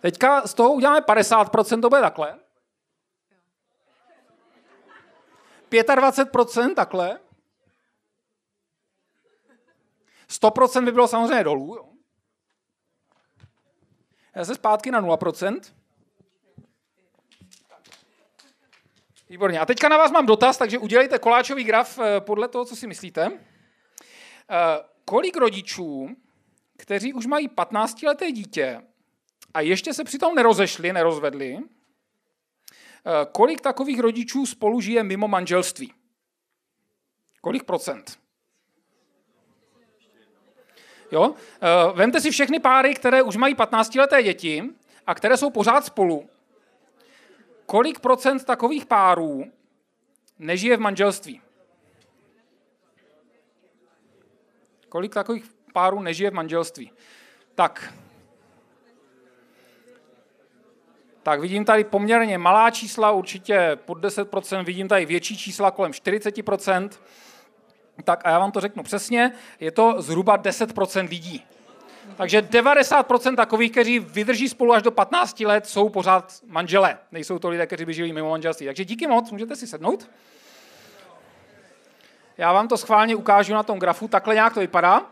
Teďka z toho uděláme 50%, to bude takhle. 25% takhle. 100% by bylo samozřejmě dolů. Jo. Já se zpátky na 0%. Výborně. A teďka na vás mám dotaz, takže udělejte koláčový graf podle toho, co si myslíte. Kolik rodičů, kteří už mají 15leté dítě a ještě se přitom nerozvedli, kolik takových rodičů spolu žije mimo manželství? Kolik procent? Jo? Vemte si všechny páry, které už mají 15leté děti a které jsou pořád spolu. Kolik procent takových párů nežije v manželství? Kolik takových párů nežije v manželství? Tak vidím tady poměrně malá čísla, určitě pod 10%, vidím tady větší čísla kolem 40%. Tak a já vám to řeknu přesně, je to zhruba 10% lidí. Takže 90% takových, kteří vydrží spolu až do 15 let, jsou pořád manželé. Nejsou to lidé, kteří by žili mimo manželství. Takže díky moc, můžete si sednout. Já vám to schválně ukážu na tom grafu, takhle nějak to vypadá.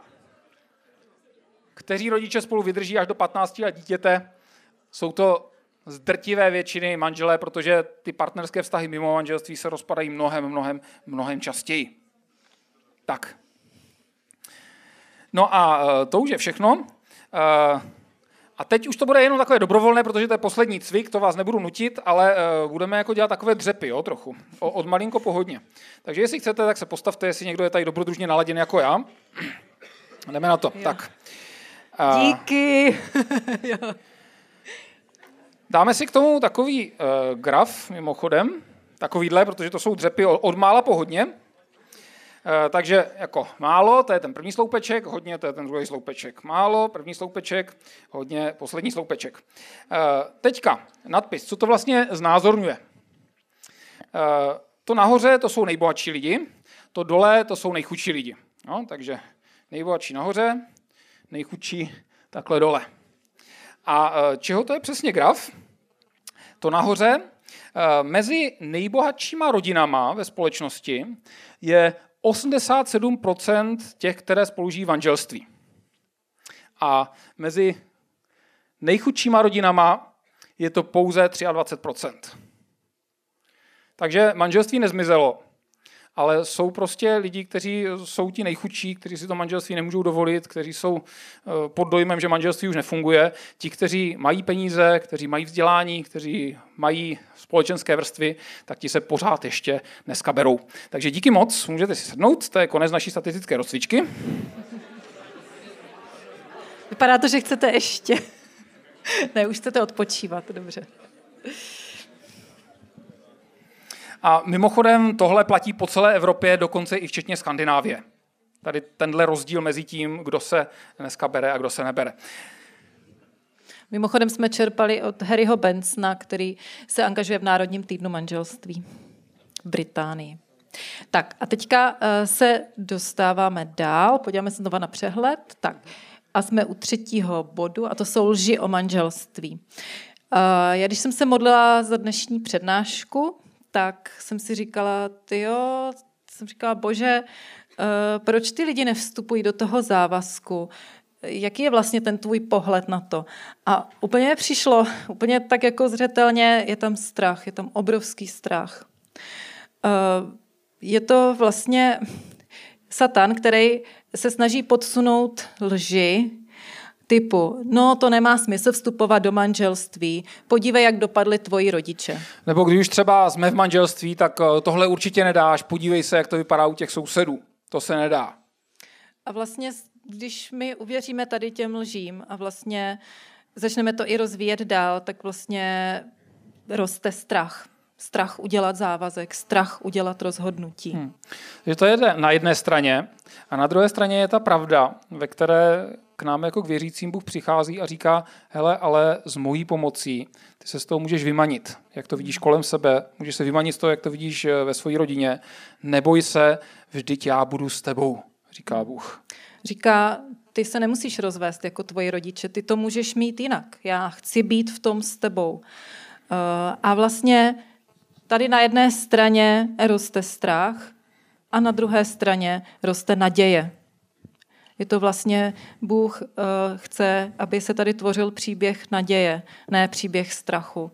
Kteří rodiče spolu vydrží až do 15 let dítěte, jsou to z drtivé většiny manželé, protože ty partnerské vztahy mimo manželství se rozpadají mnohem častěji. Tak. No a to už je všechno. A teď už to bude jenom takové dobrovolné, protože to je poslední cvik, to vás nebudu nutit, ale budeme jako dělat takové dřepy, jo, trochu. Od malinko po hodně. Takže jestli chcete, tak se postavte, jestli někdo je tady dobrodružně naladěn jako já. Jdeme na to. Jo. Tak. Díky. Dáme si k tomu takový graf, mimochodem. Takovýhle, protože to jsou dřepy od mála po hodně. Takže jako málo, to je ten první sloupeček, hodně, to je ten druhý sloupeček. Málo, první sloupeček, hodně, poslední sloupeček. Teďka nadpis, co to vlastně znázorňuje. To nahoře, to jsou nejbohatší lidi, to dole, to jsou nejchudší lidi. No, takže nejbohatší nahoře, nejchudší takhle dole. A čeho to je přesně graf? To nahoře, mezi nejbohatšíma rodinama ve společnosti je 87% těch, které spolu žijí v manželství. A mezi nejchudšíma rodinama je to pouze 23%. Takže manželství nezmizelo, ale jsou prostě lidi, kteří jsou ti nejchudší, kteří si to manželství nemůžou dovolit, kteří jsou pod dojmem, že manželství už nefunguje. Ti, kteří mají peníze, kteří mají vzdělání, kteří mají společenské vrstvy, tak ti se pořád ještě dneska berou. Takže díky moc, můžete si sednout, to je konec naší statistické rozcvičky. Vypadá to, že chcete ještě. Ne, už chcete odpočívat, dobře. A mimochodem tohle platí po celé Evropě, dokonce i včetně Skandinávie. Tady tenhle rozdíl mezi tím, kdo se dneska bere a kdo se nebere. Mimochodem jsme čerpali od Harryho Bensona, který se angažuje v Národním týdnu manželství v Británii. Tak a teďka se dostáváme dál, podíváme se znova na přehled. Tak a jsme u 3. bodu a to jsou lži o manželství. Já když jsem se modlila za dnešní přednášku, tak jsem si říkala, Bože, proč ty lidi nevstupují do toho závazku? Jaký je vlastně ten tvůj pohled na to? A úplně přišlo, úplně tak jako zřetelně, je tam strach, je tam obrovský strach. Je to vlastně Satan, který se snaží podsunout lži, typu, no to nemá smysl vstupovat do manželství, podívej, jak dopadli tvoji rodiče. Nebo když už třeba jsme v manželství, tak tohle určitě nedáš, podívej se, jak to vypadá u těch sousedů. To se nedá. A vlastně, když my uvěříme tady těm lžím a vlastně začneme to i rozvíjet dál, tak vlastně roste strach. Strach udělat závazek, strach udělat rozhodnutí. Že to je na jedné straně a na druhé straně je ta pravda, ve které k nám jako k věřícím Bůh přichází a říká, hele, ale s mojí pomocí ty se z toho můžeš vymanit, jak to vidíš kolem sebe, můžeš se vymanit z toho, jak to vidíš ve své rodině. Neboj se, vždyť já budu s tebou, říká Bůh. Říká, ty se nemusíš rozvést jako tvoji rodiče, ty to můžeš mít jinak. Já chci být v tom s tebou. A vlastně tady na jedné straně roste strach a na druhé straně roste naděje. Je to vlastně, Bůh chce, aby se tady tvořil příběh naděje, ne příběh strachu.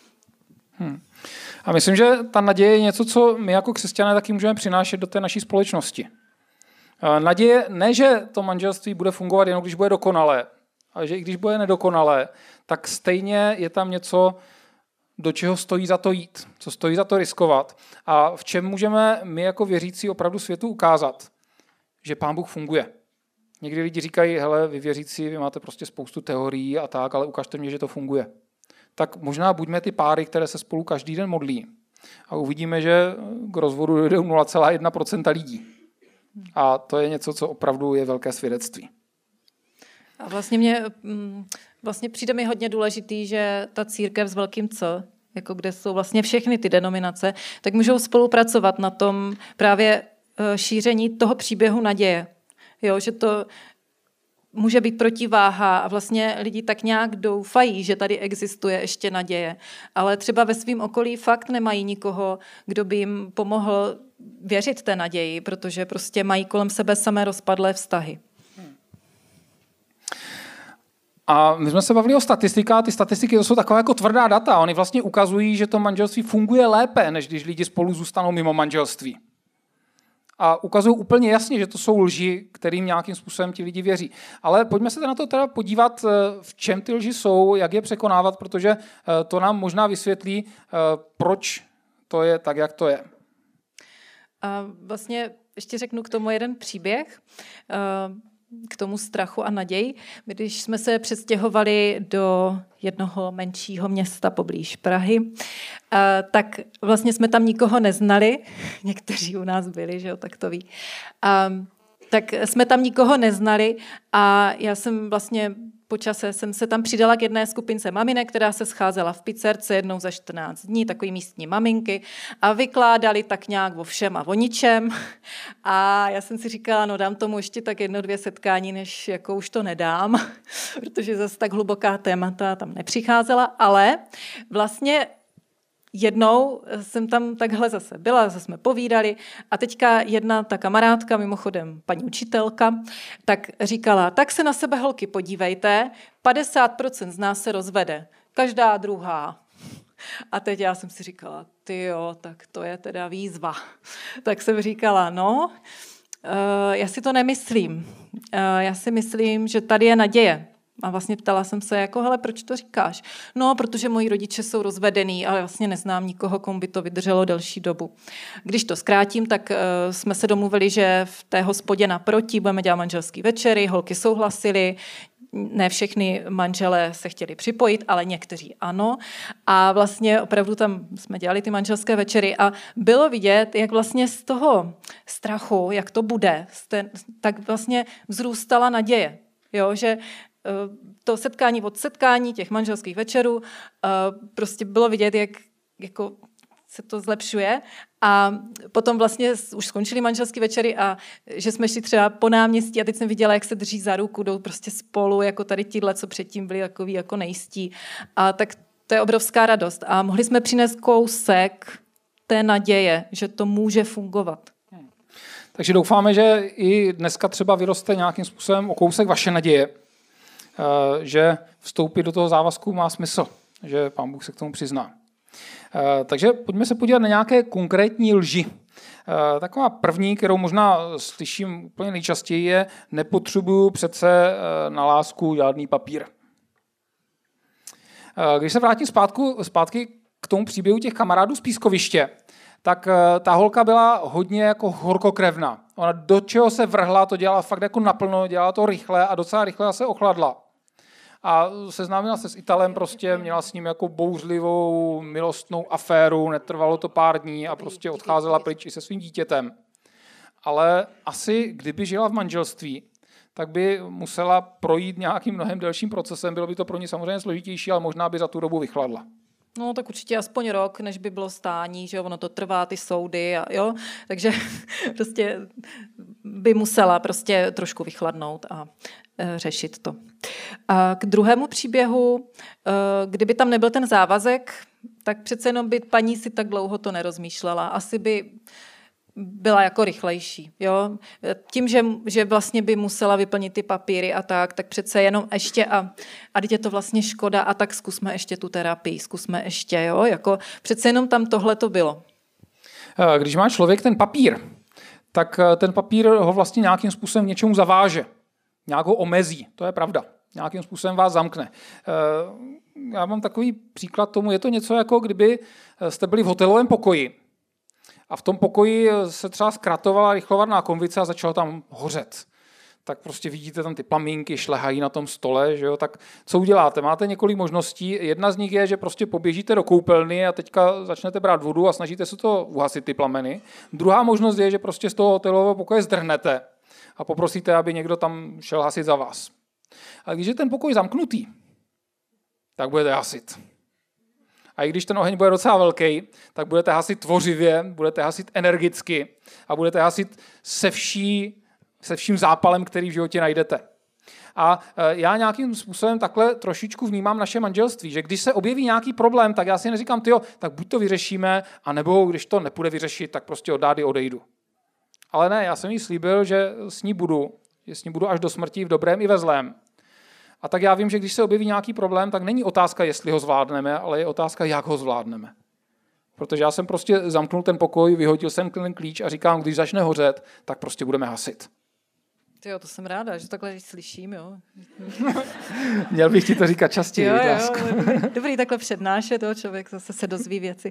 A myslím, že ta naděje je něco, co my jako křesťané taky můžeme přinášet do té naší společnosti. Naděje, ne, že to manželství bude fungovat jenom, když bude dokonalé, ale že i když bude nedokonalé, tak stejně je tam něco, do čeho stojí za to jít, co stojí za to riskovat a v čem můžeme my jako věřící opravdu světu ukázat, že Pán Bůh funguje. Někdy lidi říkají, hele, vy věřící, vy máte prostě spoustu teorií a tak, ale ukažte mě, že to funguje. Tak možná buďme ty páry, které se spolu každý den modlí a uvidíme, že k rozvodu dojde 0,1% lidí. A to je něco, co opravdu je velké svědectví. A vlastně přijde mi hodně důležitý, že ta církev s velkým C, jako kde jsou vlastně všechny ty denominace, tak můžou spolupracovat na tom právě šíření toho příběhu naděje. Jo, že to může být protiváha a vlastně lidi tak nějak doufají, že tady existuje ještě naděje. Ale třeba ve svém okolí fakt nemají nikoho, kdo by jim pomohl věřit té naději, protože prostě mají kolem sebe samé rozpadlé vztahy. A my jsme se bavili o statistikách, ty statistiky to jsou taková jako tvrdá data. Oni vlastně ukazují, že to manželství funguje lépe, než když lidi spolu zůstanou mimo manželství. A ukazují úplně jasně, že to jsou lži, kterým nějakým způsobem ti lidi věří. Ale pojďme se na to teda podívat, v čem ty lži jsou, jak je překonávat, protože to nám možná vysvětlí, proč to je tak, jak to je. A vlastně ještě řeknu k tomu jeden příběh, k tomu strachu a naději. Když jsme se přestěhovali do jednoho menšího města poblíž Prahy, tak vlastně jsme tam nikoho neznali. Někteří u nás byli, že jo, tak to ví. Tak jsme tam nikoho neznali a já jsem vlastně po čase jsem se tam přidala k jedné skupince maminek, která se scházela v pizzerce jednou za 14 dní, takový místní maminky a vykládali tak nějak o všem a o ničem. A já jsem si říkala, no dám tomu ještě tak 1-2 setkání, než jako už to nedám, protože zase tak hluboká témata tam nepřicházela, ale vlastně jednou jsem tam takhle zase byla, zase jsme povídali a teďka jedna ta kamarádka, mimochodem paní učitelka, tak říkala, tak se na sebe holky podívejte, 50% z nás se rozvede, každá druhá. A teď já jsem si říkala, tyjo, tak to je teda výzva. Tak jsem říkala, no, já si to nemyslím. Já si myslím, že tady je naděje. A vlastně ptala jsem se, jako, hele, proč to říkáš? No, protože moji rodiče jsou rozvedený, ale vlastně neznám nikoho, komu by to vydrželo delší dobu. Když to zkrátím, tak jsme se domluvili, že v té hospodě naproti budeme dělat manželský večery, holky souhlasily, ne všechny manželé se chtěli připojit, ale někteří ano. A vlastně opravdu tam jsme dělali ty manželské večery a bylo vidět, jak vlastně z toho strachu, jak to bude, tak vlastně vzrůstala naděje. Jo, že to setkání od setkání těch manželských večerů prostě bylo vidět, jak jako se to zlepšuje a potom vlastně už skončily manželské večery a že jsme šli třeba po náměstí a teď jsem viděla, jak se drží za ruku, jdou prostě spolu, jako tady tíhle, co předtím byli takový jako nejistí. A tak to je obrovská radost a mohli jsme přinést kousek té naděje, že to může fungovat. Takže doufáme, že i dneska třeba vyroste nějakým způsobem o kousek vaše naděje, že vstoupit do toho závazku má smysl, že Pán Bůh se k tomu přizná. Takže pojďme se podívat na nějaké konkrétní lži. Taková první, kterou možná slyším úplně nejčastěji, je nepotřebuju přece na lásku žádný papír. Když se vrátím zpátky k tomu příběhu těch kamarádů z pískoviště, tak ta holka byla hodně jako horkokrevná. Ona do čeho se vrhla, to dělala fakt jako naplno, dělala to rychle a docela rychle se ochladla. A seznámila se s Italem, prostě měla s ním jako bouřlivou milostnou aféru, netrvalo to pár dní a prostě odcházela pryč i se svým dítětem. Ale asi kdyby žila v manželství, tak by musela projít nějakým mnohem delším procesem, bylo by to pro ní samozřejmě složitější, ale možná by za tu dobu vychladla. No, tak určitě aspoň rok, než by bylo stání, že jo, ono to trvá, ty soudy a jo, takže prostě by musela prostě trošku vychladnout a řešit to. A k druhému příběhu, kdyby tam nebyl ten závazek, tak přece jenom by paní si tak dlouho to nerozmýšlela. Asi by byla jako rychlejší. Jo? Tím, že vlastně by musela vyplnit ty papíry a tak přece jenom ještě a teď je to vlastně škoda a tak zkusme ještě tu terapii, zkusme ještě, jo? Jako přece jenom tam tohle to bylo. Když má člověk ten papír, tak ten papír ho vlastně nějakým způsobem něčemu zaváže. Nějak ho omezí, to je pravda. Nějakým způsobem vás zamkne. Já mám takový příklad tomu, je to něco jako kdyby jste byli v hotelovém pokoji a v tom pokoji se třeba zkratovala rychlovarná konvice a začalo tam hořet. Tak prostě vidíte tam ty plamínky, šlehají na tom stole, že jo? Tak co uděláte? Máte několik možností. Jedna z nich je, že prostě poběžíte do koupelny a teďka začnete brát vodu a snažíte se to uhasit ty plameny. Druhá možnost je, že prostě z toho hotelového pokoje zdrhnete a poprosíte, aby někdo tam šel hasit za vás. A když je ten pokoj zamknutý, tak budete hasit. A i když ten oheň bude docela velký, tak budete hasit tvořivě, budete hasit energicky a budete hasit se vším zápalem, který v životě najdete. A já nějakým způsobem takhle trošičku vnímám naše manželství, že když se objeví nějaký problém, tak já si neříkám, tyjo, tak buď to vyřešíme, anebo když to nepůjde vyřešit, tak prostě od dády odejdu. Ale ne, já jsem jí slíbil, že s ní budu až do smrti v dobrém i ve zlém. A tak já vím, že když se objeví nějaký problém, tak není otázka, jestli ho zvládneme, ale je otázka, jak ho zvládneme. Protože já jsem prostě zamknul ten pokoj, vyhodil jsem ten klíč a říkám, když začne hořet, tak prostě budeme hasit. Jo, to jsem ráda, že takhle slyším, jo. Měl bych ti to říkat častěji. Jo, dobrý takhle přednášet, toho člověk zase se dozví věci.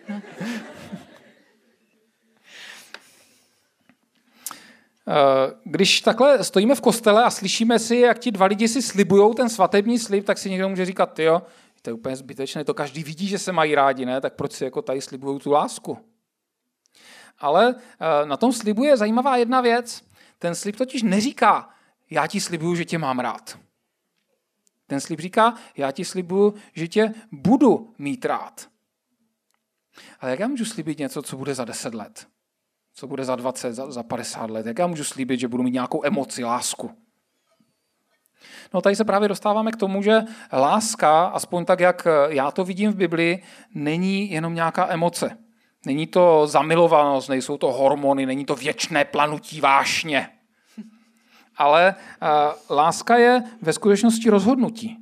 Když takhle stojíme v kostele a slyšíme si, jak ti dva lidi si slibujou ten svatební slib, tak si někdo může říkat, tyjo, to je úplně zbytečné, to každý vidí, že se mají rádi, ne? Tak proč si jako tady slibujou tu lásku? Ale na tom slibu je zajímavá jedna věc. Ten slib totiž neříká, já ti slibuju, že tě mám rád. Ten slib říká, já ti slibuju, že tě budu mít rád. Ale jak já můžu slíbit něco, co bude za 10 let? Co bude za 20, za 50 let? Jak já můžu slíbit, že budu mít nějakou emoci, lásku? No tady se právě dostáváme k tomu, že láska, aspoň tak, jak já to vidím v Biblii, není jenom nějaká emoce. Není to zamilovanost, nejsou to hormony, není to věčné planutí vášně. Ale láska je ve skutečnosti rozhodnutí.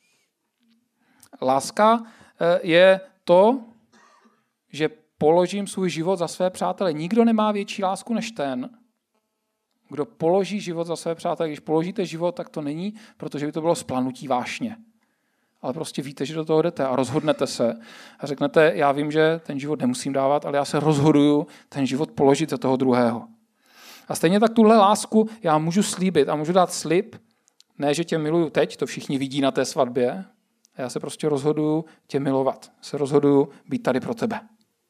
Láska je to, že položím svůj život za své přátele. Nikdo nemá větší lásku než ten, kdo položí život za své přátele. Když položíte život, tak to není, protože by to bylo splanutí vášně. Ale prostě víte, že do toho jdete a rozhodnete se a řeknete, já vím, že ten život nemusím dávat, ale já se rozhoduju ten život položit za toho druhého. A stejně tak tuhle lásku já můžu slíbit a můžu dát slib, ne, že tě miluju teď, to všichni vidí na té svatbě, a já se prostě rozhoduju tě milovat. Se rozhoduju být tady pro tebe.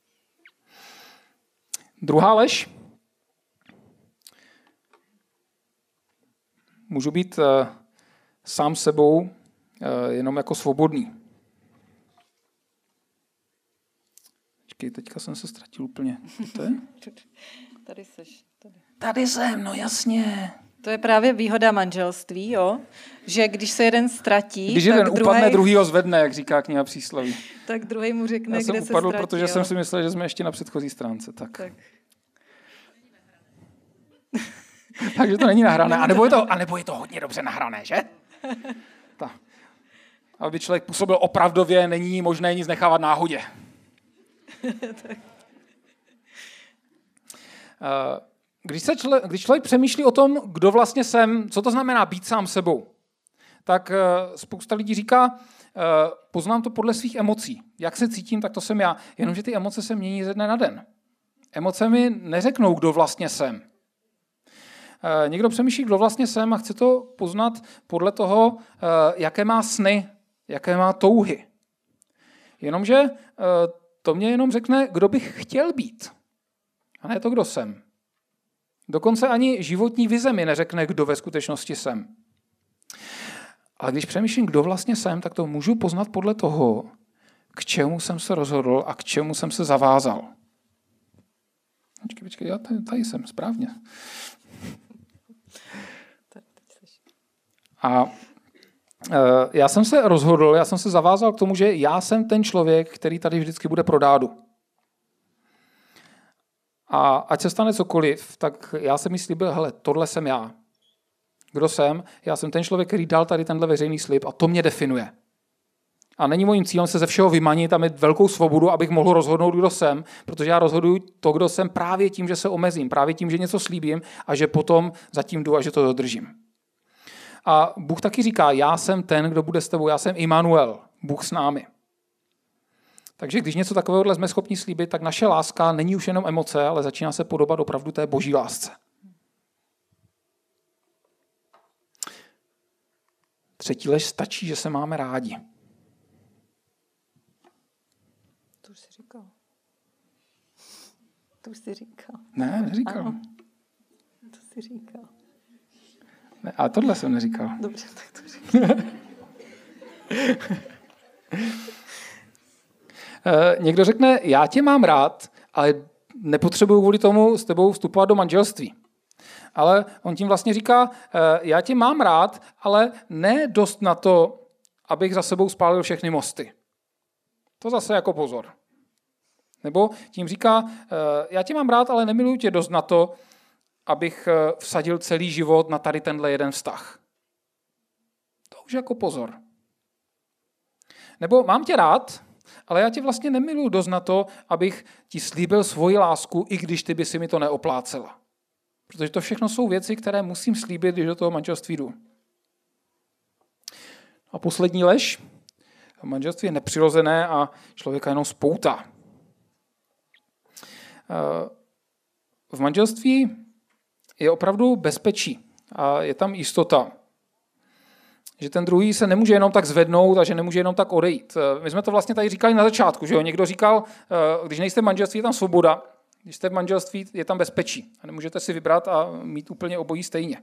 Druhá lež. Můžu být sám sebou jenom jako svobodný. Počkej, teďka jsem se ztratil úplně. To je? Tady seš. Tady jsem, no jasně. To je právě výhoda manželství, jo? Že když se jeden ztratí, když jeden upadne, druhý ho zvedne, jak říká kniha přísloví. Tak druhý mu řekne, kde se ztratí. Já jsem upadl, protože jsem si myslel, že jsme ještě na předchozí stránce. Tak. Takže to není nahrané. A nebo je to hodně dobře nahrané, že? Tak. Aby člověk působil opravdově, není možné nic nechávat náhodě. Když člověk přemýšlí o tom, kdo vlastně jsem, co to znamená být sám sebou, tak spousta lidí říká, poznám to podle svých emocí. Jak se cítím, tak to jsem já. Jenomže ty emoce se mění ze dne na den. Emoce mi neřeknou, kdo vlastně jsem. Někdo přemýšlí, kdo vlastně jsem a chce to poznat podle toho, jaké má sny, jaké má touhy. Jenomže to mě jenom řekne, kdo bych chtěl být. A ne to, kdo jsem. Dokonce ani životní vize mi neřekne, kdo ve skutečnosti jsem. Ale když přemýšlím, kdo vlastně jsem, tak to můžu poznat podle toho, k čemu jsem se rozhodl a k čemu jsem se zavázal. Počkej, já tady jsem, správně. A já jsem se rozhodl, já jsem se zavázal k tomu, že já jsem ten člověk, který tady vždycky bude pro Dádu. A ať se stane cokoliv, tak já jsem mi slíbil, hele, tohle jsem já. Kdo jsem? Já jsem ten člověk, který dal tady tenhle veřejný slib a to mě definuje. A není mojím cílem se ze všeho vymanit a mít velkou svobodu, abych mohl rozhodnout, kdo jsem, protože já rozhoduju to, kdo jsem právě tím, že se omezím, právě tím, že něco slíbím a že potom zatím jdu a že to dodržím. A Bůh taky říká, já jsem ten, kdo bude s tebou, já jsem Immanuel, Bůh s námi. Takže když něco takového jsme schopni slíbit, tak naše láska není už jenom emoce, ale začíná se podobat opravdu té boží lásce. Třetí lež stačí, že se máme rádi. To už jsi říkal. To už jsi říkal. Ne, neříkal. Ano. To jsi říkal. Ne, ale tohle jsem neříkal. Dobře, tak to říkal. Někdo řekne, já tě mám rád, ale nepotřebuju kvůli tomu s tebou vstupovat do manželství. Ale on tím vlastně říká, já tě mám rád, ale ne dost na to, abych za sebou spálil všechny mosty. To zase jako pozor. Nebo tím říká, já tě mám rád, ale nemiluju tě dost na to, abych vsadil celý život na tady tenhle jeden vztah. To už jako pozor. Nebo mám tě rád, ale já tě vlastně nemiluju dost na to, abych ti slíbil svoji lásku, i když ty by si mi to neoplácela. Protože to všechno jsou věci, které musím slíbit, když do toho manželství jdu. A poslední lež. Manželství je nepřirozené a člověka jenom spoutá. V manželství je opravdu bezpečí a je tam jistota. Že ten druhý se nemůže jenom tak zvednout a že nemůže jenom tak odejít. My jsme to vlastně tady říkali na začátku, že jo? Někdo říkal, když nejste v manželství, je tam svoboda. Když jste v manželství, je tam bezpečí. A nemůžete si vybrat a mít úplně obojí stejně.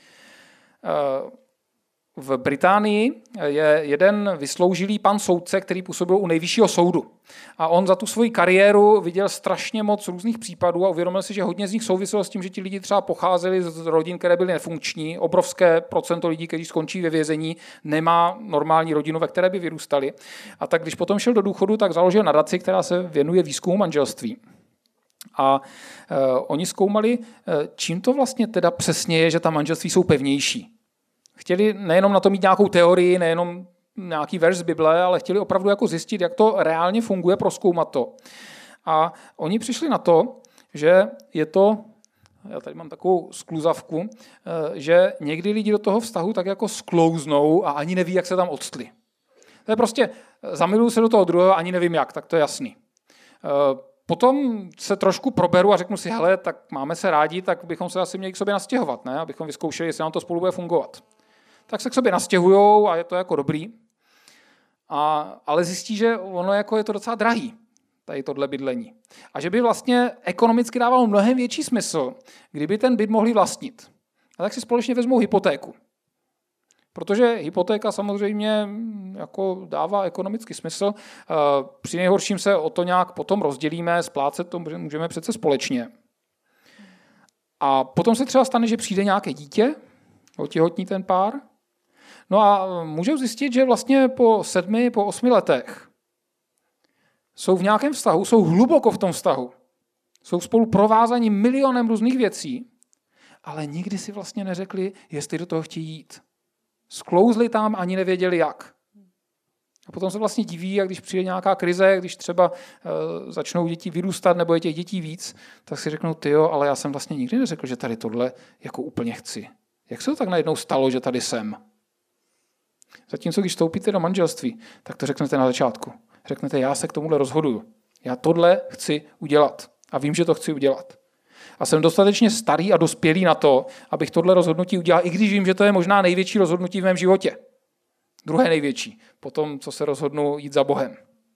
V Británii je jeden vysloužilý pan soudce, který působil u nejvyššího soudu. A on za tu svoji kariéru viděl strašně moc různých případů a uvědomil si, že hodně z nich souviselo s tím, že ti lidi třeba pocházeli z rodin, které byly nefunkční. Obrovské procento lidí, kteří skončí ve vězení, nemá normální rodinu, ve které by vyrůstali. A tak když potom šel do důchodu, tak založil nadaci, která se věnuje výzkumu manželství. A oni zkoumali, čím to vlastně teda přesně je, že ta manželství jsou pevnější. Chtěli nejenom na to mít nějakou teorii, nejenom nějaký verš z Bible, ale chtěli opravdu jako zjistit, jak to reálně funguje, prozkoumat to. A oni přišli na to, že je to, já tady mám takovou skluzavku, že někdy lidi do toho vztahu tak jako sklouznou a ani neví, jak se tam odstli. To je prostě, zamiluju se do toho druhého, ani nevím jak, tak to je jasný. Potom se trošku proberu a řeknu si, hele, tak máme se rádi, tak bychom se asi měli k sobě nastěhovat, ne? Abychom vyzkoušeli, jestli nám to spolu bude fungovat. Tak se k sobě nastěhujou a je to jako dobrý. Ale zjistí, že ono jako je to docela drahý, tady tohle bydlení. A že by vlastně ekonomicky dávalo mnohem větší smysl, kdyby ten byt mohli vlastnit. A tak si společně vezmou hypotéku. Protože hypotéka samozřejmě jako dává ekonomický smysl. Při nejhorším se o to nějak potom rozdělíme, splácet to můžeme přece společně. A potom se třeba stane, že přijde nějaké dítě, otěhotní ten pár. No a můžou zjistit, že vlastně po 7, po 8 letech jsou v nějakém vztahu, jsou hluboko v tom vztahu. Jsou spolu provázaní milionem různých věcí, ale nikdy si vlastně neřekli, jestli do toho chtějí jít. Sklouzli tam, ani nevěděli jak. A potom se vlastně diví, a když přijde nějaká krize, když třeba začnou děti vyrůstat nebo je těch dětí víc, tak si řeknou, tyjo, ale já jsem vlastně nikdy neřekl, že tady tohle jako úplně chci. Jak se to tak najednou stalo, že tady jsem? Zatímco, když vstoupíte do manželství, tak to řeknete na začátku. Řeknete, já se k tomuhle rozhoduju. Já tohle chci udělat. A vím, že to chci udělat. A jsem dostatečně starý a dospělý na to, abych tohle rozhodnutí udělal, i když vím, že to je možná největší rozhodnutí v mém životě. Druhé největší. Potom, co se rozhodnu jít za Bohem.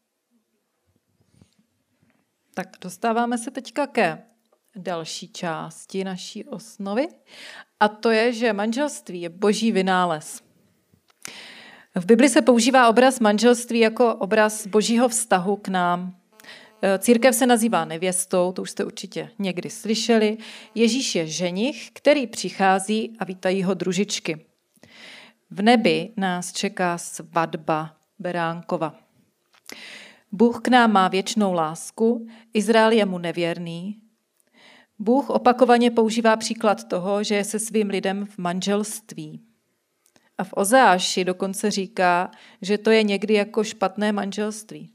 Tak dostáváme se teďka ke další části naší osnovy. A to je, že manželství je boží vynález. V Bibli se používá obraz manželství jako obraz božího vztahu k nám. Církev se nazývá nevěstou, to už jste určitě někdy slyšeli. Ježíš je ženich, který přichází a vítají ho družičky. V nebi nás čeká svatba beránkova. Bůh k nám má věčnou lásku, Izrael je mu nevěrný. Bůh opakovaně používá příklad toho, že je se svým lidem v manželství. A v Ozeáši dokonce říká, že to je někdy jako špatné manželství.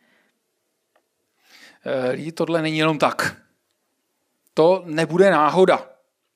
Tohle není jenom tak. To nebude náhoda.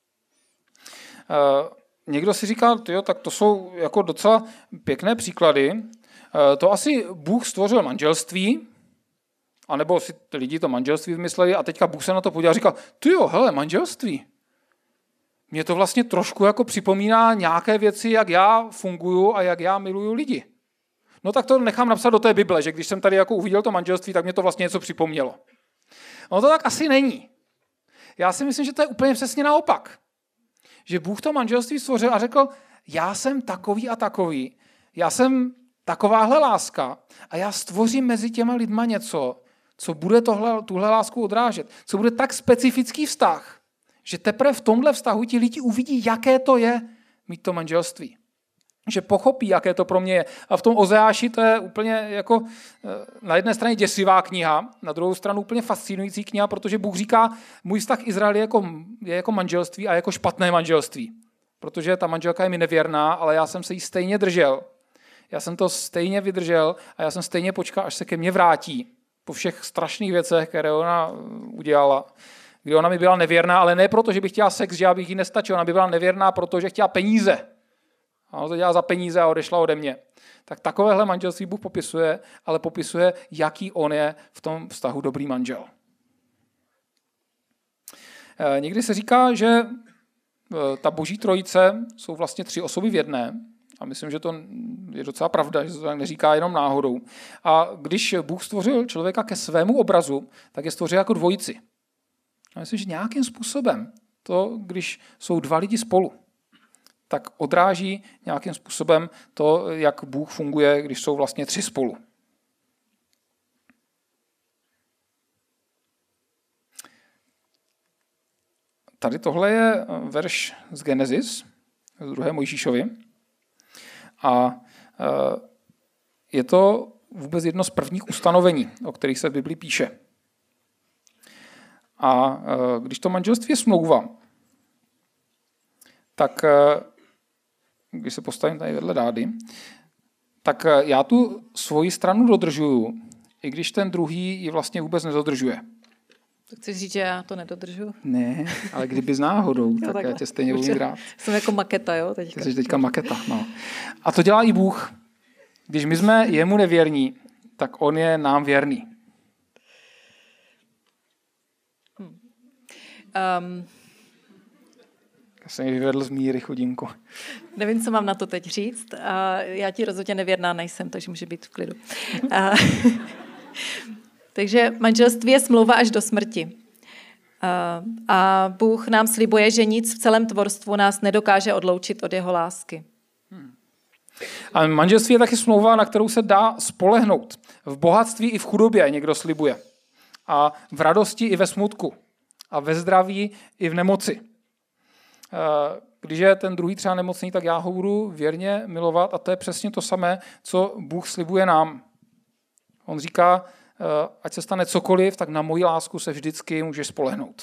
Někdo si říká, tak to jsou jako docela pěkné příklady. To asi Bůh stvořil manželství, anebo si lidi to manželství vymysleli a teďka Bůh se na to podíval a říkal, hele, manželství. Mně to vlastně trošku jako připomíná nějaké věci, jak já funguju a jak já miluju lidi. No tak to nechám napsat do té Bible, že když jsem tady jako uviděl to manželství, tak mě to vlastně něco připomnělo. No to tak asi není. Já si myslím, že to je úplně přesně naopak. Že Bůh to manželství stvořil a řekl, já jsem takový a takový, já jsem takováhle láska a já stvořím mezi těma lidma něco, co bude tuhle lásku odrážet, co bude tak specifický vztah, že teprve v tomhle vztahu ti lidi uvidí, jaké to je mít to manželství. Že pochopí, jaké to pro mě je. A v tom Ozeáši to je úplně jako na jedné straně děsivá kniha, na druhou stranu úplně fascinující kniha, protože Bůh říká, můj vztah Izrael je jako manželství a jako špatné manželství. Protože ta manželka je mi nevěrná, ale já jsem se jí stejně držel. Já jsem to stejně vydržel a já jsem stejně počkal, až se ke mně vrátí. Po všech strašných věcech, které ona udělala. Kdy ona mi byla nevěrná, ale ne proto, že bych chtěla sex, že já bych jí nestačil. Ona by byla nevěrná, protože chtěla peníze. A ona to dělala za peníze a odešla ode mě. Tak takovéhle manželství Bůh popisuje, ale popisuje, jaký on je v tom vztahu dobrý manžel. Někdy se říká, že ta boží trojice jsou vlastně 3 osoby v jedné. A myslím, že to je docela pravda, že se to tak neříká jenom náhodou. A když Bůh stvořil člověka ke svému obrazu, tak je stvořil jako dvojici. A myslím, že nějakým způsobem to, když jsou 2 lidi spolu, tak odráží nějakým způsobem to, jak Bůh funguje, když jsou vlastně 3 spolu. Tady tohle je verš z Genesis, z 2. Mojžíšovi. A je to vůbec jedno z prvních ustanovení, o kterých se v Biblii píše. A když to manželství je smlouva, tak když se postavím tady vedle Dády, tak já tu svoji stranu dodržuju, i když ten druhý ji vlastně vůbec nedodržuje. Tak chceš říct, že já to nedodržuju? Ne, ale kdyby z náhodou, tak já tě stejně budu rád. Jsem jako maketa, jo? Ty jsi teďka maketa, no. A to dělá i Bůh. Když my jsme jemu nevěrní, tak on je nám věrný. Já jsem ji vyvedl z míry, chudinku. Nevím, co mám na to teď říct. Já ti rozhodně nevěrná nejsem, takže může být v klidu. Takže manželství je smlouva až do smrti. A Bůh nám slibuje, že nic v celém tvorstvu nás nedokáže odloučit od jeho lásky. A manželství je taky smlouva, na kterou se dá spolehnout. V bohatství i v chudobě někdo slibuje. A v radosti i ve smutku. A ve zdraví i v nemoci. Když je ten druhý třeba nemocný, tak já ho budu věrně milovat a to je přesně to samé, co Bůh slibuje nám. On říká, ať se stane cokoliv, tak na moji lásku se vždycky můžeš spolehnout.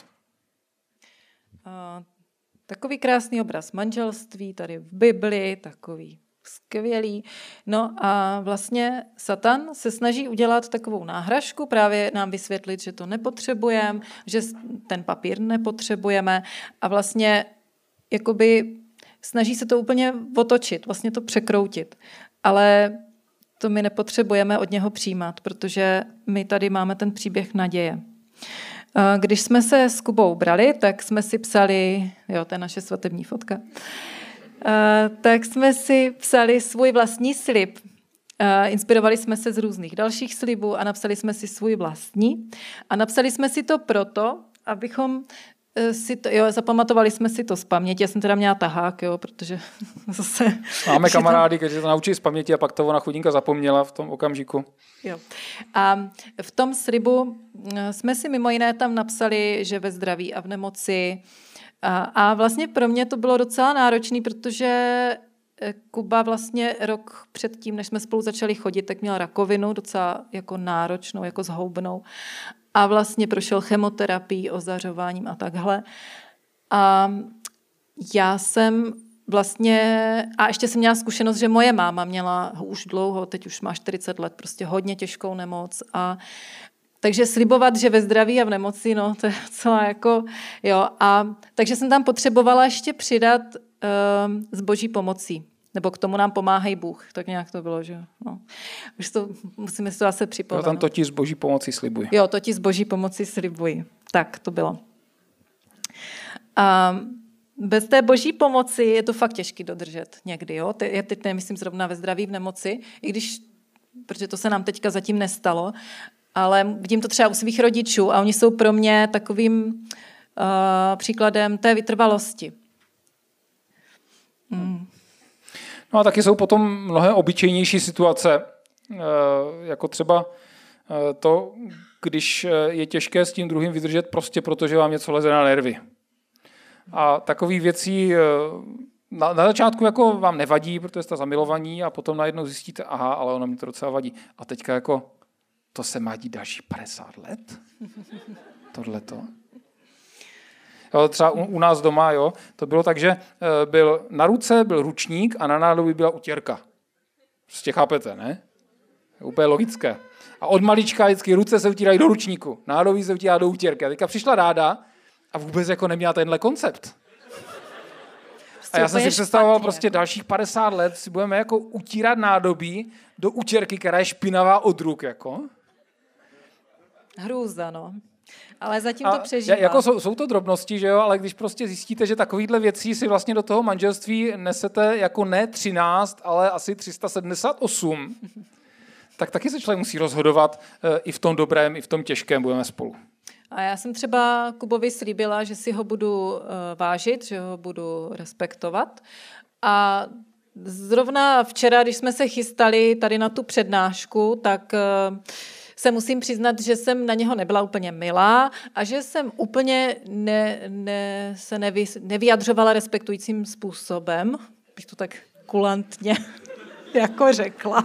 Takový krásný obraz manželství tady v Bibli, takový skvělý. No a vlastně Satan se snaží udělat takovou náhražku, právě nám vysvětlit, že to nepotřebujeme, že ten papír nepotřebujeme a vlastně jakoby snaží se to úplně otočit, vlastně to překroutit. Ale to my nepotřebujeme od něho přijímat, protože my tady máme ten příběh naděje. Když jsme se s Kubou brali, tak jsme si psali, jo, to je naše svatební fotka, tak jsme si psali svůj vlastní slib. Inspirovali jsme se z různých dalších slibů a napsali jsme si svůj vlastní. A napsali jsme si to proto, abychom zapamatovali jsme si to z paměti. Já jsem teda měla tahák, protože zase... Máme kamarády, kteří to naučí z paměti a pak to ona chudinka zapomněla v tom okamžiku. Jo. A v tom slibu jsme si mimo jiné tam napsali, že ve zdraví a v nemoci. A vlastně pro mě to bylo docela náročné, protože Kuba vlastně rok předtím, než jsme spolu začali chodit, tak měl rakovinu, docela jako náročnou, jako zhoubnou. A vlastně prošel chemoterapií, ozařováním a takhle. A já jsem vlastně, a ještě jsem měla zkušenost, že moje máma měla už dlouho, teď už má 40 let, prostě hodně těžkou nemoc. Takže slibovat, že ve zdraví a v nemoci, no to je celá jako, jo. Takže jsem tam potřebovala ještě přidat s boží pomocí. Nebo k tomu nám pomáhají Bůh. Tak nějak to bylo, že no. Už to, musíme si to zase připomenout. Tam to ti z boží pomoci slibuji. Jo, to ti z boží pomoci slibuji. Tak to bylo. A bez té boží pomoci je to fakt těžký dodržet někdy. Jo? Já teď nemyslím zrovna ve zdraví, v nemoci, i když, protože to se nám teďka zatím nestalo, ale vidím to třeba u svých rodičů a oni jsou pro mě takovým příkladem té vytrvalosti. No a taky jsou potom mnohem obyčejnější situace, jako třeba to, když je těžké s tím druhým vydržet prostě protože vám něco leze na nervy. A takových věcí na začátku jako vám nevadí, protože jste zamilovaní a potom najednou zjistíte, aha, ale ono mi to docela vadí. A teďka jako, to se má dít další 50 let? Tohleto? Jo, třeba u nás doma, jo, to bylo tak, že byl na ruce byl ručník a na nádobí byla utěrka. Prostě chápete, ne? Je úplně logické. A od malička vždycky ruce se utírají do ručníku, nádobí se utírá do utěrky. A teďka přišla ráda a vůbec jako neměla tenhle koncept. A já jsem si představoval prostě dalších 50 let si budeme jako utírat nádobí do utěrky, která je špinavá od ruk, jako. Hrůza, no. Ale zatím to přežívá. Jako jsou to drobnosti, že jo, ale když prostě zjistíte, že takovýhle věcí si vlastně do toho manželství nesete jako ne 13, ale asi 378, tak taky se člověk musí rozhodovat i v tom dobrém, i v tom těžkém budeme spolu. A já jsem třeba Kubovi slíbila, že si ho budu vážit, že ho budu respektovat. A zrovna včera, když jsme se chystali tady na tu přednášku, tak se musím přiznat, že jsem na něho nebyla úplně milá a že jsem úplně se nevyjadřovala respektujícím způsobem, bych to tak kulantně jako řekla.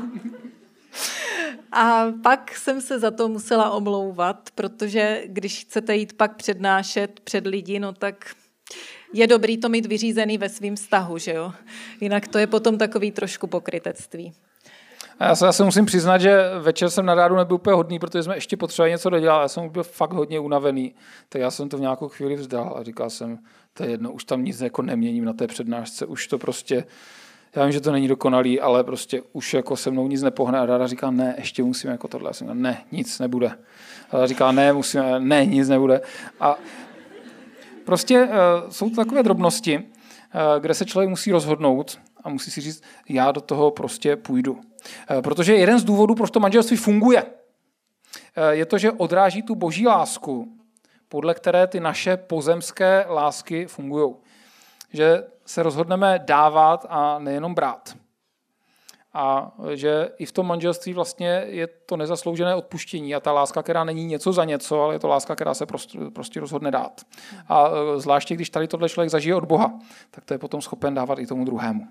A pak jsem se za to musela omlouvat, protože když chcete jít pak přednášet před lidi, no tak je dobrý to mít vyřízený ve svým vztahu, že jo? Jinak to je potom takový trošku pokrytectví. Já se musím přiznat, že večer jsem na rádu nebyl úplně hodný, protože jsme ještě potřebovali něco dodělat. Já jsem byl fakt hodně unavený, tak já jsem to v nějakou chvíli vzdal a říkal jsem, to je jedno, už tam nic jako neměním na té přednášce, už to prostě, já vím, že to není dokonalý, ale prostě už jako se mnou nic nepohne a Ráda říká, ne, ještě musíme jako tohle. Já jsem říkal, ne, nic nebude. A Ráda říká, ne, musíme, ne, nic nebude. A prostě jsou to takové drobnosti, kde se člověk musí rozhodnout a musí si říct, já do toho prostě půjdu. Protože jeden z důvodů, proč to manželství funguje, je to, že odráží tu boží lásku, podle které ty naše pozemské lásky fungují. Že se rozhodneme dávat a nejenom brát. A že i v tom manželství vlastně je to nezasloužené odpuštění a ta láska, která není něco za něco, ale je to láska, která se prostě rozhodne dát. A zvláště, když tady tohle člověk zažije od Boha, tak to je potom schopen dávat i tomu druhému.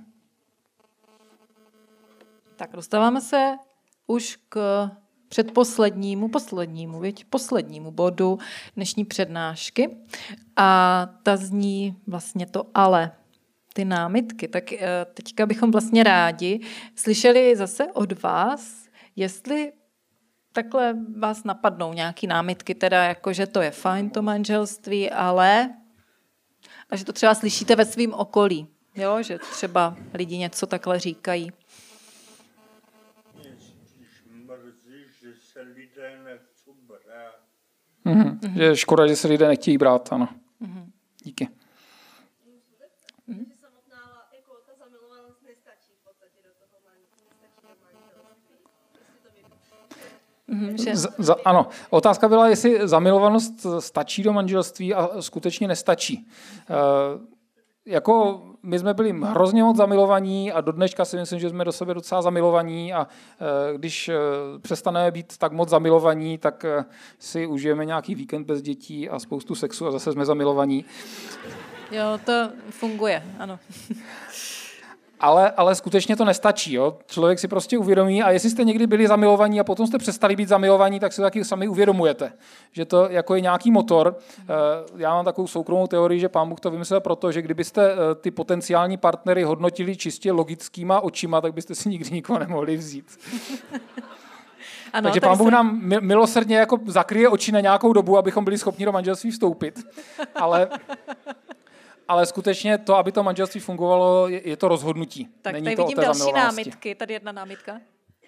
Tak dostáváme se už k poslednímu bodu dnešní přednášky. A ta zní vlastně to ale, ty námitky. Tak teďka bychom vlastně rádi slyšeli zase od vás, jestli takhle vás napadnou nějaký námitky, teda jako, že to je fajn to manželství, ale a že to třeba slyšíte ve svém okolí, jo? Že třeba lidi něco takhle říkají. Že škoda, že se lidé nechtějí brát, ano. Díky. Samotná jako ta zamilovanost nestačí v podstatě do toho manželství. Ano, otázka byla, jestli zamilovanost stačí do manželství a skutečně nestačí. Jako my jsme byli hrozně moc zamilovaní a do dneška si myslím, že jsme do sebe docela zamilovaní a když přestaneme být tak moc zamilovaní, tak si užijeme nějaký víkend bez dětí a spoustu sexu a zase jsme zamilovaní. Jo, to funguje, ano. Ale skutečně to nestačí. Jo? Člověk si prostě uvědomí a jestli jste někdy byli zamilovaní a potom jste přestali být zamilovaní, tak si to taky sami uvědomujete, že to jako je nějaký motor. Já mám takovou soukromou teorii, že Pán Bůh to vymyslel proto, že kdybyste ty potenciální partnery hodnotili čistě logickýma očima, tak byste si nikdy nikoho nemohli vzít. Ano, takže Pán Bůh nám milosrdně jako zakryje oči na nějakou dobu, abychom byli schopni do manželství vstoupit. Ale skutečně to, aby to manželství fungovalo, je to rozhodnutí. Tak není tady to vidím další námitky. Tady jedna námitka.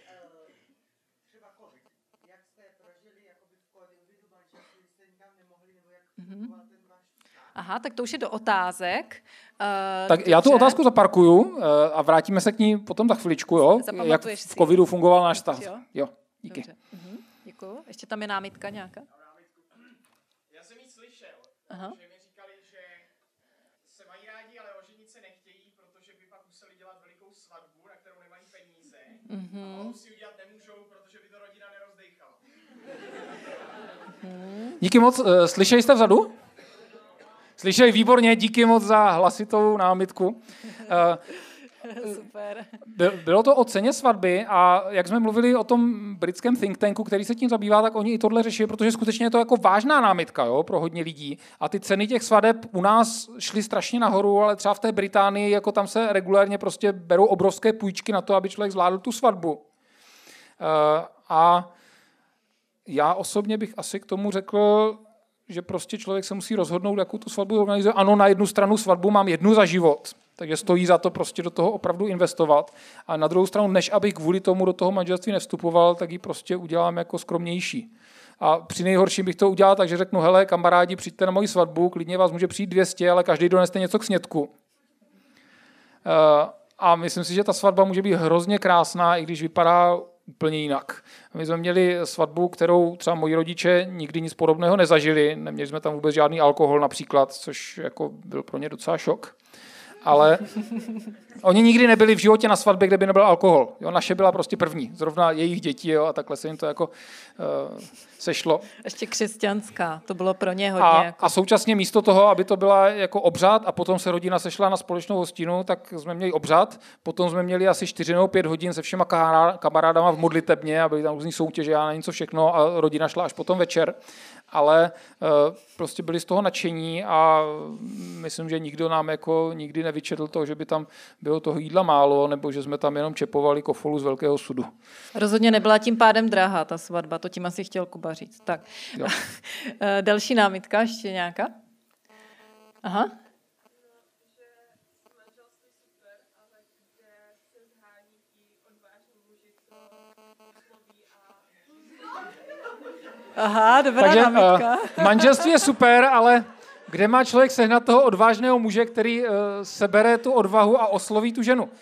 Aha, tak to už je do otázek. Tak já tu otázku zaparkuju a vrátíme se k ní potom za chviličku, jo? Jak v covidu fungoval náš vztah. Jo, díky. Děkuju. Ještě tam je námitka nějaká? Já jsem ji slyšel, aha. Že mi říkali, že se mají rádi, ale oženit se nechtějí, protože by pak museli dělat velikou svatbu, na kterou nemají peníze. A mohou si udělat nemůžou, protože by to rodina nerozdejchala. Díky moc. Slyšeli jste vzadu? Slyšeli, výborně, díky moc za hlasitou námitku. Super. Bylo to o ceně svatby a jak jsme mluvili o tom britském think tanku, který se tím zabývá, tak oni i tohle řeší, protože skutečně je to jako vážná námitka, jo, pro hodně lidí. A ty ceny těch svadeb u nás šly strašně nahoru, ale třeba v té Británii jako tam se regulérně prostě berou obrovské půjčky na to, aby člověk zvládl tu svatbu. A já osobně bych asi k tomu řekl, že prostě člověk se musí rozhodnout, jakou tu svatbu organizuje. Ano, na jednu stranu svatbu mám jednu za život, takže stojí za to prostě do toho opravdu investovat. A na druhou stranu, než abych kvůli tomu do toho manželství nevstupoval, tak ji prostě udělám jako skromnější. A při nejhorším bych to udělal tak, že řeknu, hele, kamarádi, přijďte na moji svatbu, klidně vás může přijít 200, ale každý doneste něco k snědku. A myslím si, že ta svatba může být hrozně krásná, i když vypadá úplně jinak. My jsme měli svatbu, kterou třeba moji rodiče nikdy nic podobného nezažili. Neměli jsme tam vůbec žádný alkohol například, což jako byl pro ně docela šok. Ale oni nikdy nebyli v životě na svatbě, kde by nebyl alkohol. Jo, naše byla prostě první. Zrovna jejich děti, jo, a takhle se jim to jako sešlo. Ještě křesťanská, to bylo pro ně hodně. A současně místo toho, aby to byla jako obřad a potom se rodina sešla na společnou hostinu, tak jsme měli obřad, potom jsme měli asi 4 nebo 5 hodin se všema kamarádama v modlitebně a byly tam různý soutěže a na něco všechno a rodina šla až potom večer. Ale prostě byli z toho nadšení a myslím, že nikdo nám jako nikdy nevyčetl to, že by tam bylo toho jídla málo, nebo že jsme tam jenom čepovali kofolu z velkého sudu. Rozhodně nebyla tím pádem drahá ta svatba, to tím asi chtěl Kuba říct. Tak. Další námitka, ještě nějaká? Aha. Aha, dobrá námitka. Manželství je super, ale kde má člověk sehnat toho odvážného muže, který sebere tu odvahu a osloví tu ženu?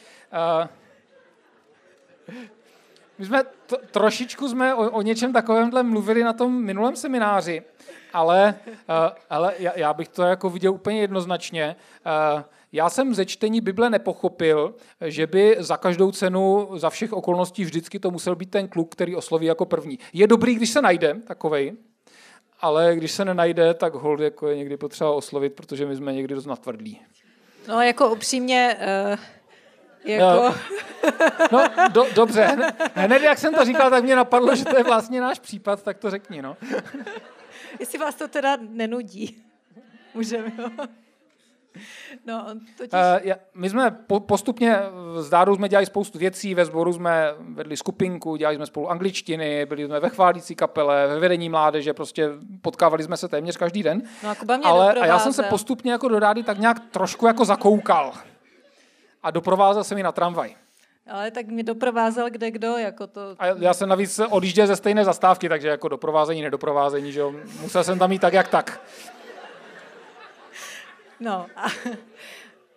My jsme trošičku o něčem takovémhle mluvili na tom minulém semináři, ale já bych to jako viděl úplně jednoznačně. Já jsem ze čtení Bible nepochopil, že by za každou cenu, za všech okolností vždycky to musel být ten kluk, který osloví jako první. Je dobrý, když se najde takovej, ale když se nenajde, tak hold jako je někdy potřeba oslovit, protože my jsme někdy dost natvrdlí. No jako upřímně... Jako... No, dobře. Hned jak jsem to říkal, tak mě napadlo, že to je vlastně náš případ, tak to řekni, no. Jestli vás to teda nenudí. Můžeme, jo. No, totiž... My jsme postupně s Dárou jsme dělali spoustu věcí, ve sboru jsme vedli skupinku, dělali jsme spolu angličtiny, byli jsme ve chválící kapele, ve vedení mládeže, prostě potkávali jsme se téměř každý den. No a Kuba mě a já jsem se postupně jako do Dáry tak nějak trošku jako zakoukal. A doprovázel jsem ji na tramvaj. Ale tak mě doprovázel kde kdo, jako to... A já jsem navíc odjížděl ze stejné zastávky, takže jako doprovázení, nedoprovázení, že jo. Musel jsem tam jít tak, jak tak. No,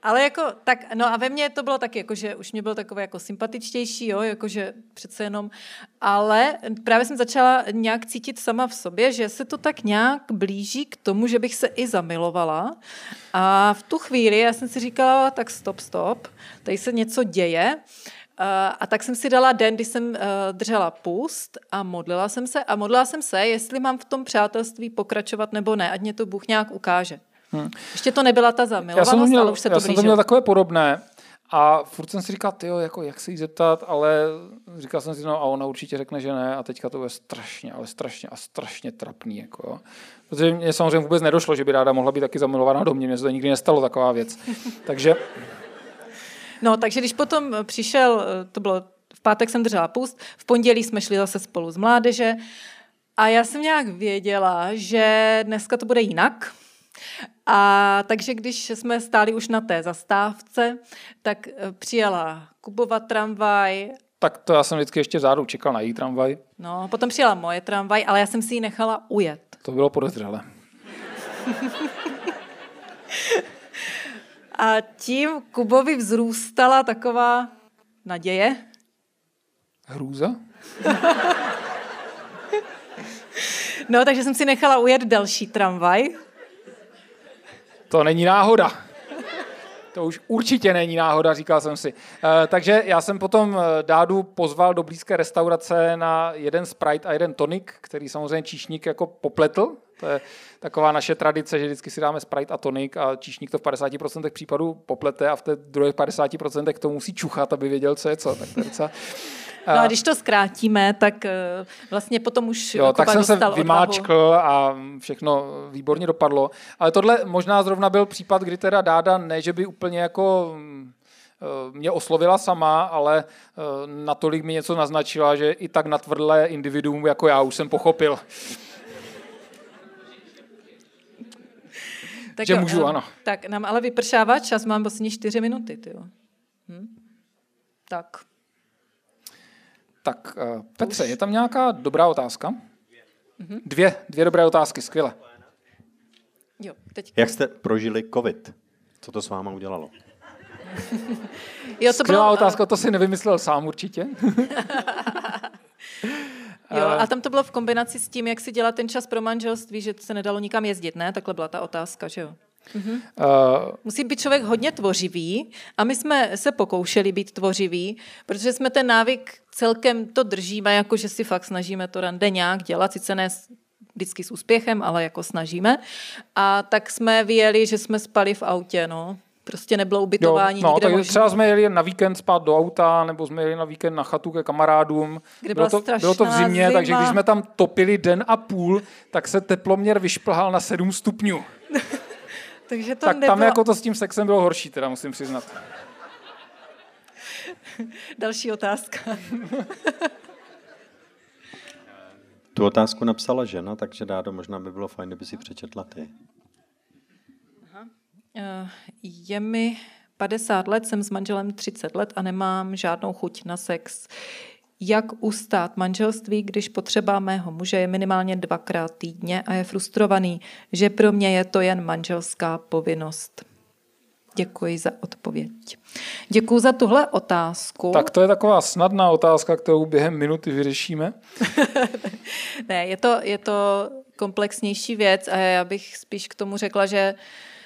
Ale jako, tak, no a ve mně to bylo taky, jakože už mě bylo takové jako sympatičtější, jo, jakože přece jenom, ale právě jsem začala nějak cítit sama v sobě, že se to tak nějak blíží k tomu, že bych se i zamilovala a v tu chvíli já jsem si říkala, tak stop, tady se něco děje. A tak jsem si dala den, kdy jsem držela pust a modlila jsem se, jestli mám v tom přátelství pokračovat nebo ne, ať mě to Bůh nějak ukáže. Ještě to nebyla ta zamilovanost, ale už se to blížilo. Já jsem to měl takové podobné a furt jsem si říkal, tyjo, jako jak se jí zeptat, ale říkal jsem si, no a ona určitě řekne, že ne a teďka to bude strašně trapný. Jako, jo. Protože mě samozřejmě vůbec nedošlo, že by ráda mohla být taky zamilovaná do mě, mně se to nikdy nestalo, taková věc. Takže... No, takže když potom přišel, to bylo v pátek jsem držela pust, v pondělí jsme šli zase spolu z mládeže a já jsem nějak věděla, že dneska to bude jinak. A takže když jsme stáli už na té zastávce, tak přijela Kubova tramvaj. Tak to já jsem vždycky ještě vzadu čekal na její tramvaj. No, potom přijela moje tramvaj, ale já jsem si ji nechala ujet. To bylo podezřelé. A tím Kubovi vzrůstala taková naděje. Hrůza? No, takže jsem si nechala ujet další tramvaj. To není náhoda. To už určitě není náhoda, říkal jsem si. Takže já jsem potom Dádu pozval do blízké restaurace na jeden Sprite a jeden tonic, který samozřejmě číšník jako popletl. To je taková naše tradice, že vždycky si dáme Sprite a tonic a číšník to v 50% případů poplete a v té druhých 50% to musí čuchat, aby věděl, co je co. Tak to je docela... No a když to zkrátíme, tak vlastně potom už jo, tak jsem se vymáčkl odvahu. A všechno výborně dopadlo. Ale tohle možná zrovna byl případ, kdy teda Dáda ne, že by úplně jako mě oslovila sama, ale natolik mi něco naznačila, že i tak natvrdlé individuum jako já už jsem pochopil. Tak že jo, můžu, ano. Tak nám ale vypršává čas, mám vlastně 4 minuty. Tyjo. Tak. Tak, Petře, je tam nějaká dobrá otázka? Dvě dobré otázky, skvěle. Jo, teď... Jak jste prožili covid? Co to s váma udělalo? Jo, to skvělá bylo, otázka, to si nevymyslel sám určitě. Jo, a tam to bylo v kombinaci s tím, jak si dělat ten čas pro manželství, že se nedalo nikam jezdit, ne? Takhle byla ta otázka, že jo? Musí být člověk hodně tvořivý a my jsme se pokoušeli být tvořiví, protože jsme ten návyk celkem to držíme, jako že si fakt snažíme to rande nějak dělat, sice ne vždycky s úspěchem, ale jako snažíme. A tak jsme vyjeli, že jsme spali v autě, no. Prostě nebylo ubytování jo, no, nikde možné. Třeba jsme jeli na víkend spát do auta, nebo jsme jeli na víkend na chatu ke kamarádům. Bylo to v zimě, takže když jsme tam topili den a půl, tak se teploměr vyšplhal na 7 stupňů. Takže to tak nebylo... tam jako to s tím sexem bylo horší, teda musím přiznat. Další otázka. Tu otázku napsala žena, takže Dádo, možná by bylo fajn, kdyby si přečetla ty. Je mi 50 let, jsem s manželem 30 let a nemám žádnou chuť na sex. Jak ustát manželství, když potřeba mého muže je minimálně 2krát týdně a je frustrovaný, že pro mě je to jen manželská povinnost? Děkuji za odpověď. Děkuji za tuhle otázku. Tak to je taková snadná otázka, kterou během minuty vyřešíme. Ne, je to komplexnější věc a já bych spíš k tomu řekla, že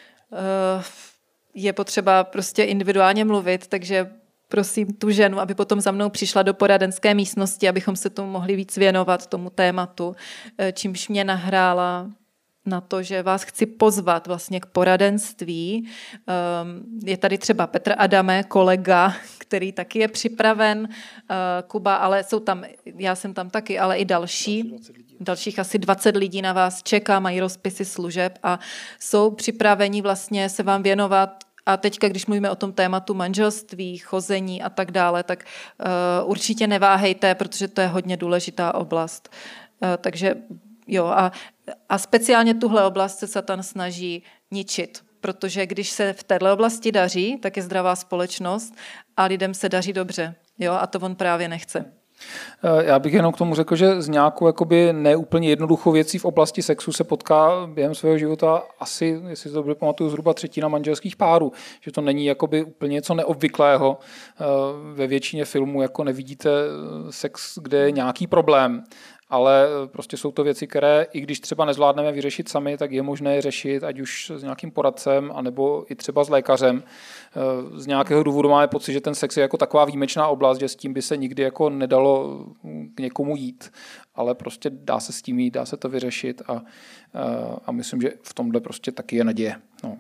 je potřeba prostě individuálně mluvit, takže prosím tu ženu, aby potom za mnou přišla do poradenské místnosti, abychom se tomu mohli víc věnovat, tomu tématu, čímž mě nahrála na to, že vás chci pozvat vlastně k poradenství. Je tady třeba Petr Adame, kolega, který taky je připraven, Kuba, ale jsou tam, já jsem tam taky, ale i další. Dalších asi 20 lidí na vás čeká, mají rozpisy služeb a jsou připraveni vlastně se vám věnovat. A teďka, když mluvíme o tom tématu manželství, chození a tak dále, tak určitě neváhejte, protože to je hodně důležitá oblast. Takže jo, a speciálně tuhle oblast se Satan snaží ničit, protože když se v této oblasti daří, tak je zdravá společnost a lidem se daří dobře. Jo, a to on právě nechce. Já bych jenom k tomu řekl, že s nějakou jakoby neúplně jednoduchou věcí v oblasti sexu se potká během svého života asi, jestli to dobře pamatuju, zhruba třetina manželských párů. Že to není jakoby úplně něco neobvyklého. Ve většině filmů jako nevidíte sex, kde je nějaký problém. Ale prostě jsou to věci, které, i když třeba nezvládneme vyřešit sami, tak je možné je řešit, ať už s nějakým poradcem, anebo i třeba s lékařem. Z nějakého důvodu máme pocit, že ten sex je jako taková výjimečná oblast, že s tím by se nikdy jako nedalo k někomu jít. Ale prostě dá se s tím jít, dá se to vyřešit a myslím, že v tomhle prostě taky je naděje. No.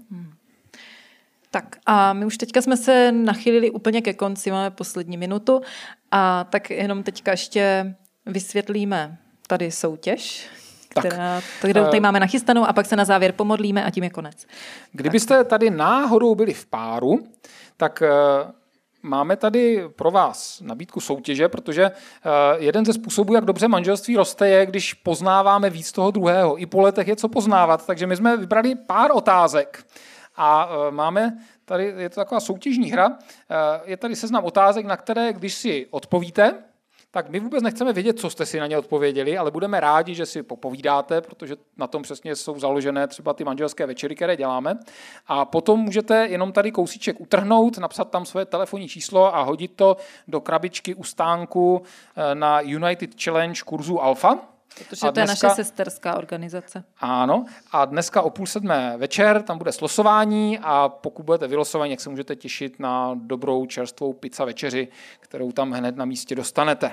Tak a my už teďka jsme se nachylili úplně ke konci, máme poslední minutu a tak jenom teďka ještě vysvětlíme tady soutěž, kterou tady máme nachystanou a pak se na závěr pomodlíme a tím je konec. Kdybyste tady náhodou byli v páru, tak máme tady pro vás nabídku soutěže, protože jeden ze způsobů, jak dobře manželství roste, je, když poznáváme víc toho druhého. I po letech je co poznávat, takže my jsme vybrali pár otázek a máme tady, je to taková soutěžní hra, je tady seznam otázek, na které, když si odpovíte, tak my vůbec nechceme vědět, co jste si na ně odpověděli, ale budeme rádi, že si popovídáte, protože na tom přesně jsou založené třeba ty manželské večery, které děláme. A potom můžete jenom tady kousíček utrhnout, napsat tam svoje telefonní číslo a hodit to do krabičky u stánku na United Challenge kurzu Alfa. Protože to je naše sesterská organizace. Ano. A dneska o 6:30 večer tam bude slosování a pokud budete vylosovaní, jak se můžete těšit na dobrou čerstvou pizza večeři, kterou tam hned na místě dostanete.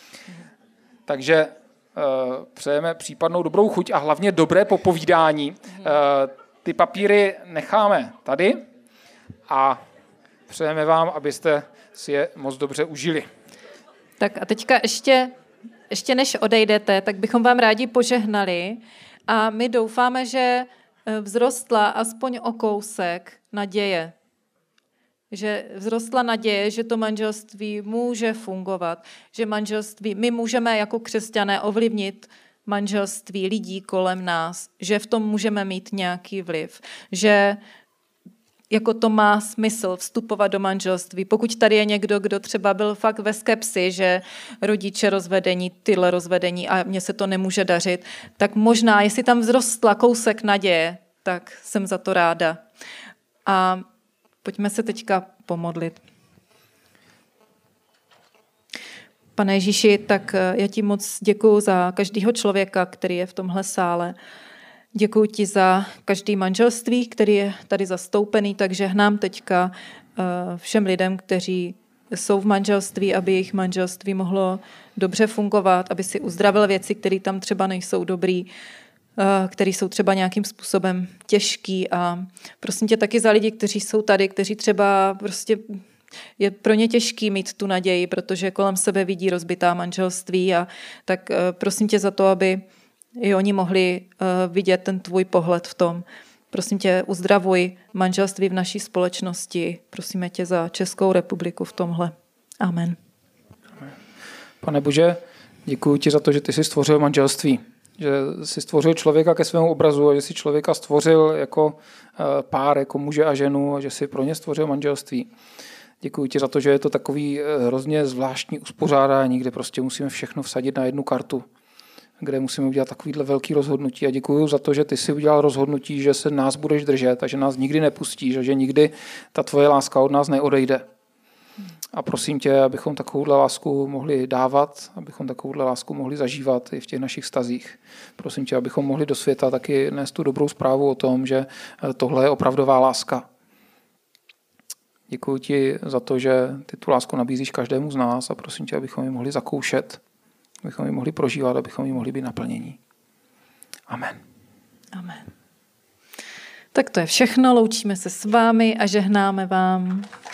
Takže přejeme případnou dobrou chuť a hlavně dobré popovídání. Ty papíry necháme tady a přejeme vám, abyste si je moc dobře užili. Tak a teďka ještě než odejdete, tak bychom vám rádi požehnali a my doufáme, že vzrostla aspoň o kousek naděje. Že vzrostla naděje, že to manželství může fungovat, že manželství, my můžeme jako křesťané ovlivnit manželství lidí kolem nás, že v tom můžeme mít nějaký vliv, že jako to má smysl vstupovat do manželství. Pokud tady je někdo, kdo třeba byl fakt ve skepsi, že rodiče rozvedení, tyhle rozvedení a mně se to nemůže dařit, tak možná, jestli tam vzrostla kousek naděje, tak jsem za to ráda. A pojďme se teďka pomodlit. Pane Ježíši, tak já ti moc děkuju za každého člověka, který je v tomhle sále. Děkuji ti za každý manželství, který je tady zastoupený, takže hnám teďka všem lidem, kteří jsou v manželství, aby jejich manželství mohlo dobře fungovat, aby si uzdravil věci, které tam třeba nejsou dobrý, které jsou třeba nějakým způsobem těžký. A prosím tě taky za lidi, kteří jsou tady, kteří třeba prostě je pro ně těžký mít tu naději, protože kolem sebe vidí rozbitá manželství a tak prosím tě za to, aby i oni mohli vidět ten tvůj pohled v tom. Prosím tě, uzdravuj manželství v naší společnosti. Prosíme tě za Českou republiku v tomhle. Amen. Pane Bože, děkuji ti za to, že ty jsi stvořil manželství. Že jsi stvořil člověka ke svému obrazu a že jsi člověka stvořil jako pár, jako muže a ženu a že jsi pro ně stvořil manželství. Děkuji ti za to, že je to takový hrozně zvláštní uspořádání, kde prostě musíme všechno vsadit na jednu kartu, kde musíme udělat takovýhle velký rozhodnutí. A děkuji za to, že ty jsi udělal rozhodnutí, že se nás budeš držet a že nás nikdy nepustíš a že nikdy ta tvoje láska od nás neodejde. A prosím tě, abychom takovouhle lásku mohli dávat, abychom takovouhle lásku mohli zažívat i v těch našich vztazích. Prosím tě, abychom mohli do světa taky nést tu dobrou zprávu o tom, že tohle je opravdová láska. Děkuji ti za to, že ty tu lásku nabízíš každému z nás a prosím tě, abychom ji mohli zakoušet, abychom ji mohli prožívat, abychom ji mohli být naplnění. Amen. Amen. Tak to je všechno, loučíme se s vámi a žehnáme vám.